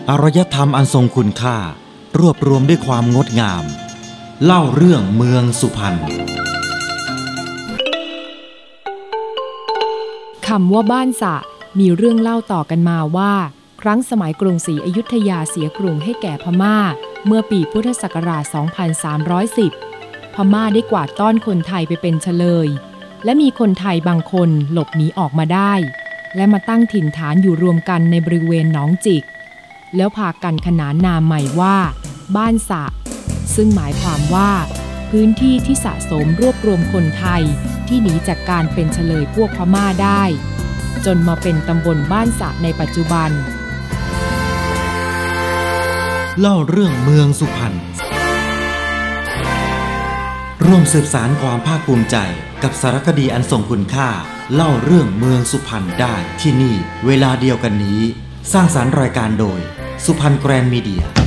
อารยธรรมอันทรงคุณค่ารวบรวมด้วยความงดงามเล่าเรื่องเมืองสุพรรณคำว่าบ้านสะมีเรื่องเล่าต่อกันมาว่าครั้งสมัยกรุงศรีอยุธยาเสียกรุงให้แก่พม่าเมื่อปีพุทธศักราช 2310 พม่าได้กวาดต้อนคนไทยไปเป็นเฉลยและมีคนไทยบางคนหลบหนีออกมาได้และมาตั้งถิ่นฐานอยู่รวมกันในบริเวณหนองจิกแล้วพากันขนานนามใหม่ว่าบ้านสะซึ่งหมายความว่าพื้นที่ที่สะสมรวบรวมคนไทยที่หนีจากการเป็นเฉลยพวกพม่าได้จนมาเป็นตำบลบ้านสะในปัจจุบันเล่าเรื่องเมืองสุพรรณร่วมสืบสานความภาคภูมิใจกับสารคดีอันทรงคุณค่าเล่าเรื่องเมืองสุพรรณได้ที่นี่เวลาเดียวกันนี้สร้างสรรค์รายการโดยสุพรรณแกรนด์มีเดีย